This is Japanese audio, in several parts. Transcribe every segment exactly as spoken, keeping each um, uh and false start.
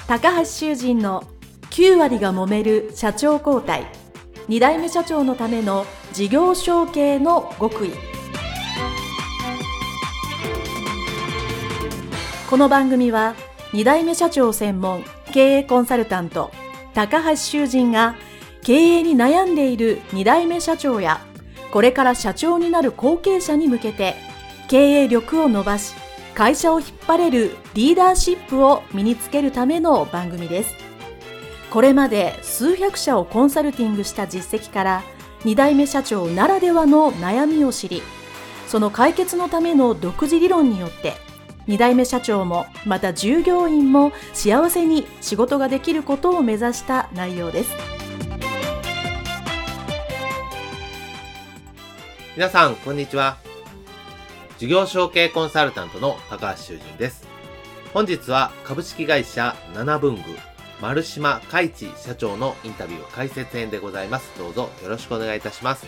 高橋修人のきゅう割が揉める社長交代、に代目社長のための事業承継の極意。この番組はに代目社長専門経営コンサルタント高橋修人が経営に悩んでいるに代目社長やこれから社長になる後継者に向けて経営力を伸ばし会社を引っ張れるリーダーシップを身につけるための番組です。これまで数百社をコンサルティングした実績からに代目社長ならではの悩みを知り、その解決のための独自理論によってに代目社長もまた従業員も幸せに仕事ができることを目指した内容です。 皆さんこんにちは。事業承継コンサルタントの高橋修人です。本日は株式会社七文具丸島海地社長のインタビュー解説編でございます。どうぞよろしくお願いいたします。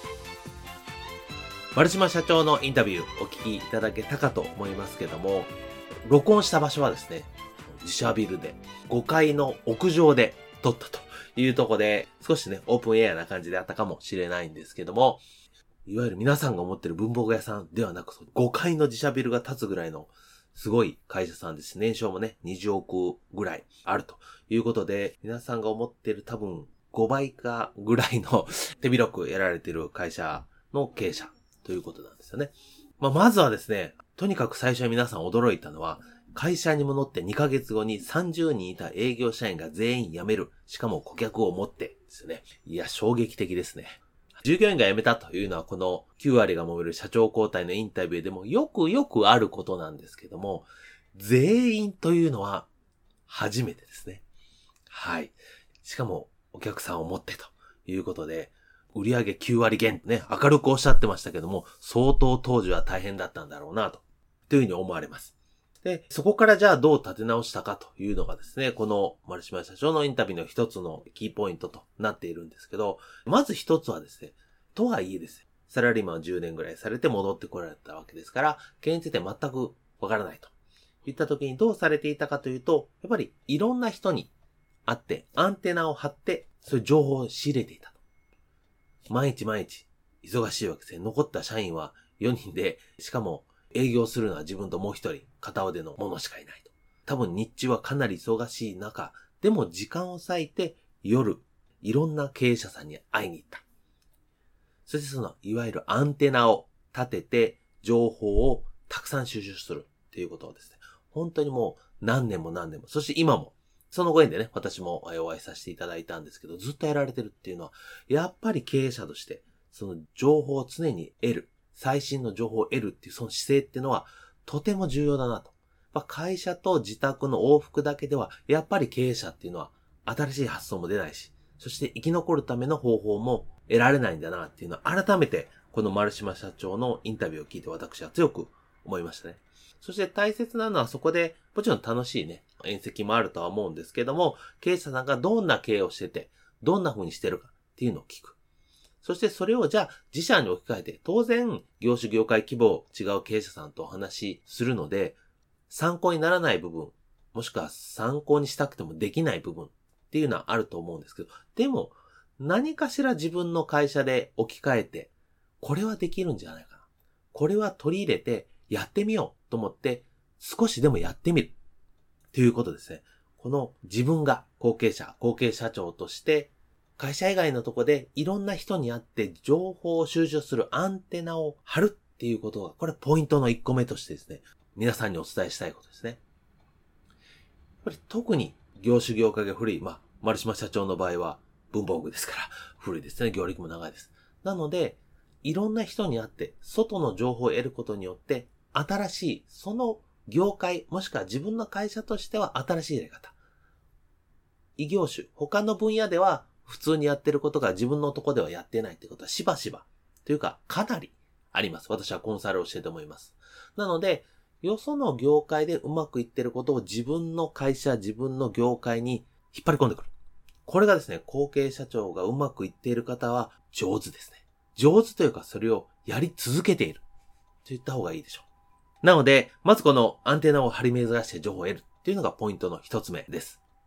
丸島社長のインタビューお聞きいただけたかと思いますけども、録音した場所はですね、自社ビルでごかいの屋上で撮ったというところで、少しねオープンエアな感じであったかもしれないんですけども、いわゆる皆さんが思ってる文房具屋さんではなく、ごかいの自社ビルが建つぐらいのすごい会社さんです。年商もね、にじゅうおくぐらいあるということで、皆さんが思ってる多分ごばいかぐらいの手広くやられてる会社の経営者ということなんですよね。まあ、まずはですね、とにかく最初に皆さん驚いたのは、会社に戻ってにかげつごにさんじゅうにんいた営業社員が全員辞める。しかも顧客を持ってですよね。いや、衝撃的ですね。従業員が辞めたというのはこのきゅう割が揉める社長交代のインタビューでもよくよくあることなんですけども、全員というのは初めてですね。はい。しかもお客さんを持ってということで、売上きゅう割減ね、明るくおっしゃってましたけども、相当当時は大変だったんだろうなと、というふうに思われます。で、そこからじゃあどう立て直したかというのがですね、この丸島社長のインタビューの一つのキーポイントとなっているんですけど、まず一つはですね、とはいえですね、サラリーマンをじゅうねんぐらいされて戻ってこられたわけですから、経営について全くわからないといった時にどうされていたかというと、やっぱりいろんな人に会ってアンテナを張って、そういう情報を仕入れていたと。毎日毎日忙しいわけですね。残った社員はよにんで、しかも営業するのは自分ともう一人片腕の者しかいないと。多分日中はかなり忙しい中、でも時間を割いて夜いろんな経営者さんに会いに行った。そしてそのいわゆるアンテナを立てて情報をたくさん収集するっていうことをですね、本当にもう何年も何年も、そして今もそのご縁でね、私もお会いさせていただいたんですけど、ずっとやられてるっていうのは、やっぱり経営者としてその情報を常に得る。最新の情報を得るっていうその姿勢っていうのはとても重要だなと。会社と自宅の往復だけではやっぱり経営者っていうのは新しい発想も出ないし、そして生き残るための方法も得られないんだなっていうのは改めてこの丸島社長のインタビューを聞いて私は強く思いましたね。そして大切なのはそこでもちろん楽しいね、宴席もあるとは思うんですけども、経営者さんがどんな経営をしてて、どんな風にしてるかっていうのを聞く。そしてそれをじゃあ自社に置き換えて、当然業種業界規模違う経営者さんとお話しするので、参考にならない部分、もしくは参考にしたくてもできない部分っていうのはあると思うんですけど、でも何かしら自分の会社で置き換えて、これはできるんじゃないかな。これは取り入れてやってみようと思って少しでもやってみるということですね。この自分が後継者、後継社長として会社以外のとこでいろんな人に会って情報を収集するアンテナを張るっていうことが、これポイントのいっこめとしてですね、皆さんにお伝えしたいことですね。やっぱり特に業種業界が古い、まあ、丸島社長の場合は文房具ですから古いですね、業歴も長いです。なので、いろんな人に会って外の情報を得ることによって新しい、その業界、もしくは自分の会社としては新しいやり方。異業種、他の分野では普通にやってることが自分のとこではやってないってことはしばしばというかかなりあります。私はコンサルをしてて思います。なので、よその業界でうまくいってることを自分の会社、自分の業界に引っ張り込んでくる。これがですね、後継社長がうまくいっている方は上手ですね。上手というかそれをやり続けていると言った方がいいでしょう。なので、まずこのアンテナを張り巡らして情報を得るっていうのがポイントの一つ目です。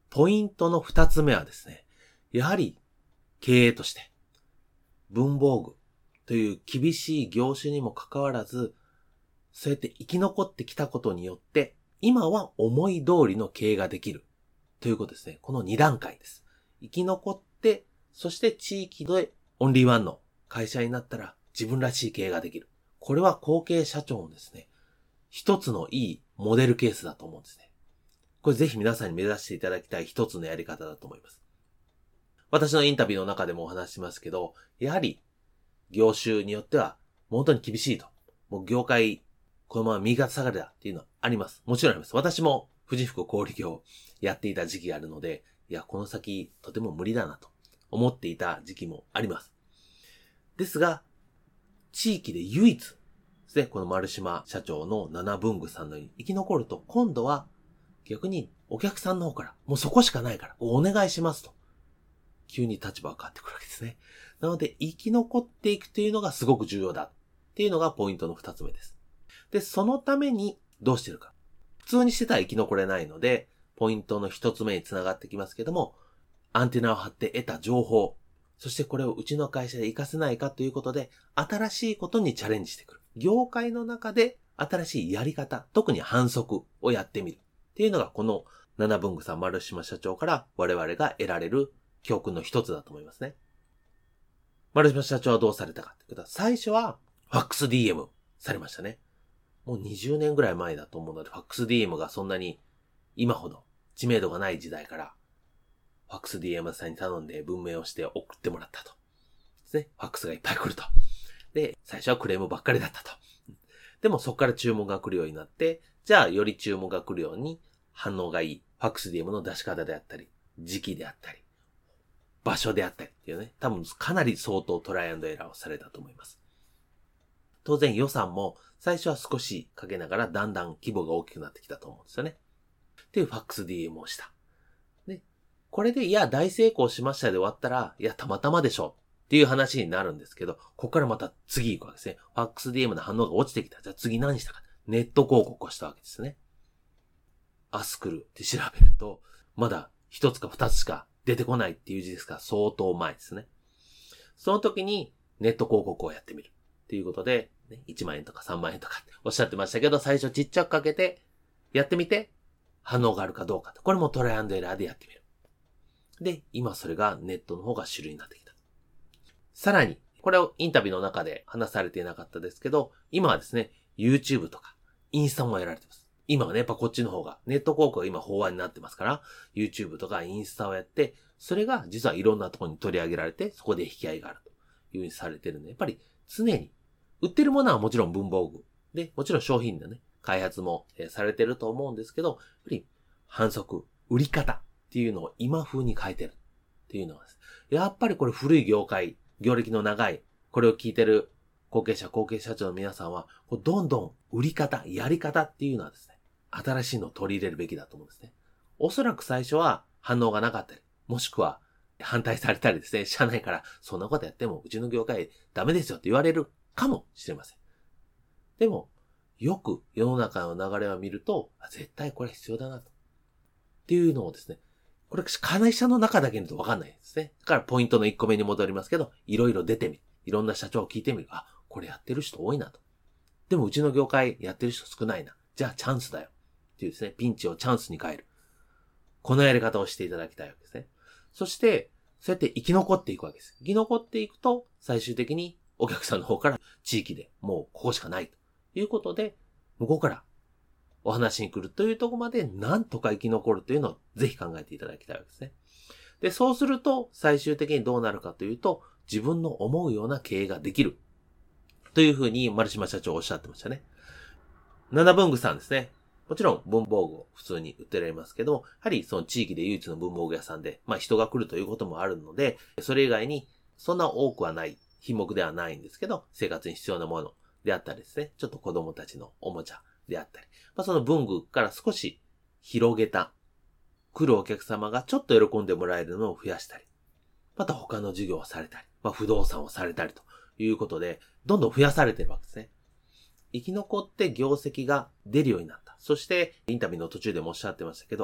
ポイントの二つ目はですね、やはり経営として、文房具という厳しい業種にもかかわらず、そうやって生き残ってきたことによって、今は思い通りの経営ができるということですね。このに段階です。生き残って、そして地域でオンリーワンの会社になったら自分らしい経営ができる。これは後継社長のですね、一つのいいモデルケースだと思うんですね。これぜひ皆さんに目指していただきたい一つのやり方だと思います。私のインタビューの中でもお話ししますけど、やはり業種によっては本当に厳しいと。もう業界このまま右肩下がりだっていうのはあります。もちろんあります。私も富士福小売業をやっていた時期があるので、いや、この先とても無理だなと思っていた時期もあります。ですが、地域で唯一ですね、この丸島社長の七文具さんのように生き残ると、今度は逆にお客さんの方から、もうそこしかないからお願いしますと。急に立場が変わってくるわけですね。なので、生き残っていくというのがすごく重要だっていうのがポイントの二つ目です。で、そのためにどうしてるか。普通にしてたら生き残れないので、ポイントの一つ目につながってきますけども、アンテナを張って得た情報、そしてこれをうちの会社で活かせないかということで、新しいことにチャレンジしてくる。業界の中で新しいやり方、特に反則をやってみる。っていうのがこの七文具さん丸島社長から我々が得られる教訓の一つだと思いますね。丸島社長はどうされたかってことは、最初はファックス ディーエム されましたね。もうにじゅうねんぐらい前だと思うので、ファックス ディーエム がそんなに今ほど知名度がない時代から、ファックス ディーエム さんに頼んで文明をして送ってもらったと。ですね。ファックスがいっぱい来ると。で、最初はクレームばっかりだったと。でもそこから注文が来るようになって、じゃあより注文が来るように反応がいいファックス ディーエム の出し方であったり、時期であったり、場所であったりっていうね、多分かなり相当トライアンドエラーをされたと思います。当然予算も最初は少しかけながらだんだん規模が大きくなってきたと思うんですよね。っていうファックス ディーエム をした。で、これでいや大成功しましたで終わったら、いやたまたまでしょっていう話になるんですけど、ここからまた次行くわけですね。ファックス ディーエム の反応が落ちてきた。じゃあ次何したか。ネット広告をしたわけですね。アスクルって調べると、まだ一つか二つしか出てこないっていう字ですから相当前ですね。その時にネット広告をやってみるっていうことで、ね、いちまんえんとかさんまんえんとかっておっしゃってましたけど、最初ちっちゃくかけてやってみて反応があるかどうかと。これもトライアンドエラーでやってみる。で、今それがネットの方が主流になってきた。さらに、これをインタビューの中で話されていなかったですけど、今はですね、YouTube とかインスタもやられてます。今はね、やっぱこっちの方が、ネット広告が今法案になってますから、YouTube とかインスタをやって、それが実はいろんなところに取り上げられて、そこで引き合いがあるというふうにされてるんで、やっぱり常に、売ってるものはもちろん文房具。で、もちろん商品のね、開発も、えー、されてると思うんですけど、やっぱり反則、売り方っていうのを今風に変えてるっていうのはです。やっぱりこれ古い業界、業歴の長い、これを聞いてる後継者、後継社長の皆さんは、こうどんどん売り方、やり方っていうのはですね、新しいのを取り入れるべきだと思うんですね。おそらく最初は反応がなかったり、もしくは反対されたりですね、社内からそんなことやってもうちの業界ダメですよって言われるかもしれません。でも、よく世の中の流れを見ると、絶対これ必要だなと。っていうのをですね、これ会社の中だけ見ると分かんないですね。だからポイントのいっこめに戻りますけど、いろいろ出てみる。いろんな社長を聞いてみる。あ、これやってる人多いなと。でもうちの業界やってる人少ないな。じゃあチャンスだよ。っていうですね、ピンチをチャンスに変える。このやり方をしていただきたいわけですね。そして、そうやって生き残っていくわけです。生き残っていくと、最終的にお客さんの方から地域でもうここしかないということで、向こうからお話に来るというところまでなんとか生き残るというのをぜひ考えていただきたいわけですね。で、そうすると最終的にどうなるかというと、自分の思うような経営ができる。というふうに丸島社長おっしゃってましたね。七文具さんですね。もちろん文房具を普通に売ってられますけども、やはりその地域で唯一の文房具屋さんで、まあ人が来るということもあるので、それ以外にそんな多くはない品目ではないんですけど、生活に必要なものであったりですね、ちょっと子供たちのおもちゃであったり、まあその文具から少し広げた、来るお客様がちょっと喜んでもらえるのを増やしたり、また他の事業をされたり、まあ不動産をされたりということで、どんどん増やされてるわけですね。生き残って業績が出るようになった。そして、インタビューの途中でもおっしゃってましたけど、あ、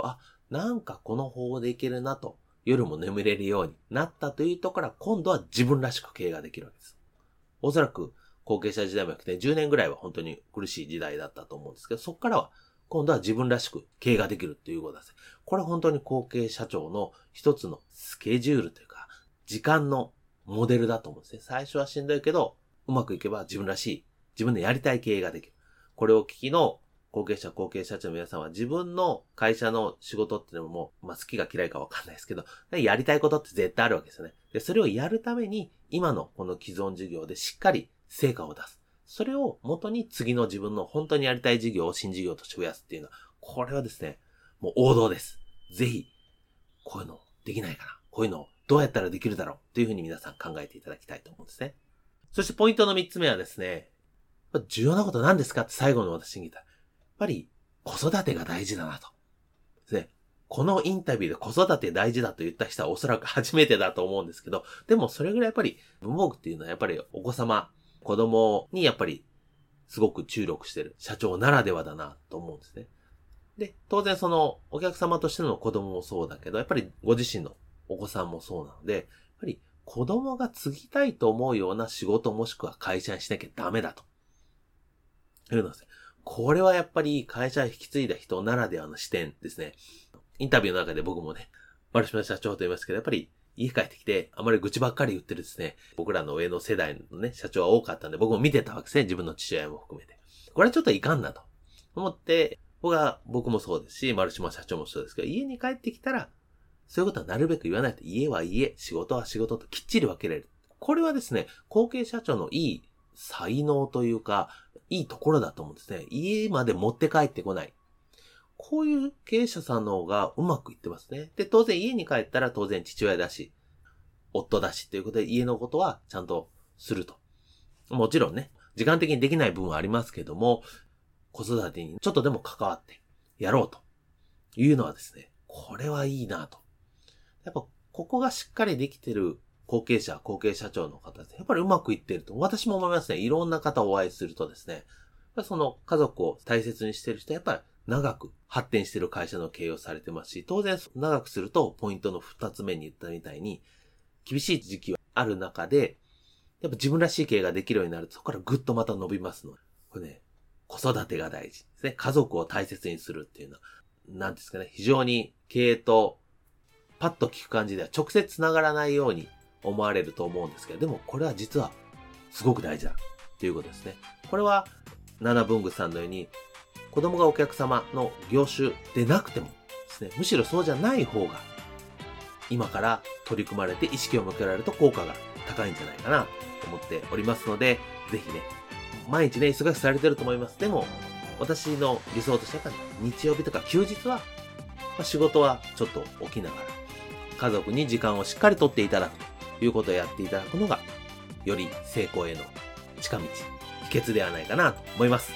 なんかこの方法でいけるなと、夜も眠れるようになったというところから今度は自分らしく経営ができるわけです。おそらく後継者時代もなくてじゅうねんぐらいは本当に苦しい時代だったと思うんですけど、そこからは今度は自分らしく経営ができるっていうことです。これは本当に後継社長の一つのスケジュールというか、時間のモデルだと思うんですね。最初はしんどいけど、うまくいけば自分らしい、自分でやりたい経営ができる。これを聞きの後継者、後継社長の皆さんは自分の会社の仕事っていうのも、まあ好きが嫌いかわかんないですけど、やりたいことって絶対あるわけですよね。で、それをやるために、今のこの既存事業でしっかり成果を出す。それを元に次の自分の本当にやりたい事業を新事業として増やすっていうのは、これはですね、もう王道です。ぜひ、こういうのできないかな。こういうのをどうやったらできるだろうっていうふうに皆さん考えていただきたいと思うんですね。そしてポイントの三つ目はですね、重要なこと何ですかって最後の私に聞いた。やっぱり子育てが大事だなと。ですね。このインタビューで子育て大事だと言った人はおそらく初めてだと思うんですけど、でもそれぐらいやっぱり文房具っていうのはやっぱりお子様、子供にやっぱりすごく注力してる社長ならではだなと思うんですね。で、当然そのお客様としての子供もそうだけど、やっぱりご自身のお子さんもそうなので、やっぱり子供が継ぎたいと思うような仕事もしくは会社にしなきゃダメだと。いうのですね。これはやっぱり会社を引き継いだ人ならではの視点ですね。インタビューの中で僕もね、丸島社長と言いますけど、やっぱり家帰ってきて、あまり愚痴ばっかり言ってるですね、僕らの上の世代のね、社長は多かったんで、僕も見てたわけですね、自分の父親も含めて。これはちょっといかんなと思って、僕は、僕もそうですし、丸島社長もそうですけど、家に帰ってきたら、そういうことはなるべく言わないと、家は家、仕事は仕事ときっちり分けられる。これはですね、後継社長のいい才能というか、いいところだと思うんですね。家まで持って帰ってこない。こういう経営者さんの方がうまくいってますね。で、当然家に帰ったら当然父親だし、夫だしということで家のことはちゃんとすると。もちろんね、時間的にできない部分はありますけども、子育てにちょっとでも関わってやろうというのはですね、これはいいなと。やっぱここがしっかりできてる後継者、後継社長の方ですね、やっぱりうまくいってると私も思いますね。いろんな方をお会いするとですね、やっぱりその家族を大切にしてる人はやっぱり長く発展している会社の経営をされてますし、当然長くするとポイントの二つ目に言ったみたいに厳しい時期はある中で、やっぱ自分らしい経営ができるようになるとそこからぐっとまた伸びますので、これね、子育てが大事ですね。家族を大切にするっていうのは、なんですかね、非常に経営とパッと聞く感じでは直接つながらないように思われると思うんですけど、でもこれは実はすごく大事だっていうことですね。これは七文具さんのように子供がお客様の業種でなくてもですね、むしろそうじゃない方が今から取り組まれて意識を向けられると効果が高いんじゃないかなと思っておりますので、ぜひね、毎日ね、忙しくされてると思います。でも、私の理想としては日曜日とか休日は、まあ、仕事はちょっと起きながら、家族に時間をしっかりとっていただくということをやっていただくのが、より成功への近道、秘訣ではないかなと思います。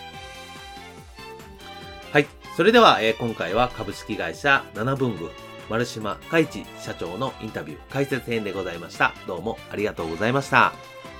はい。それでは、えー、今回は株式会社七文具丸島海一社長のインタビュー解説編でございました。どうもありがとうございました。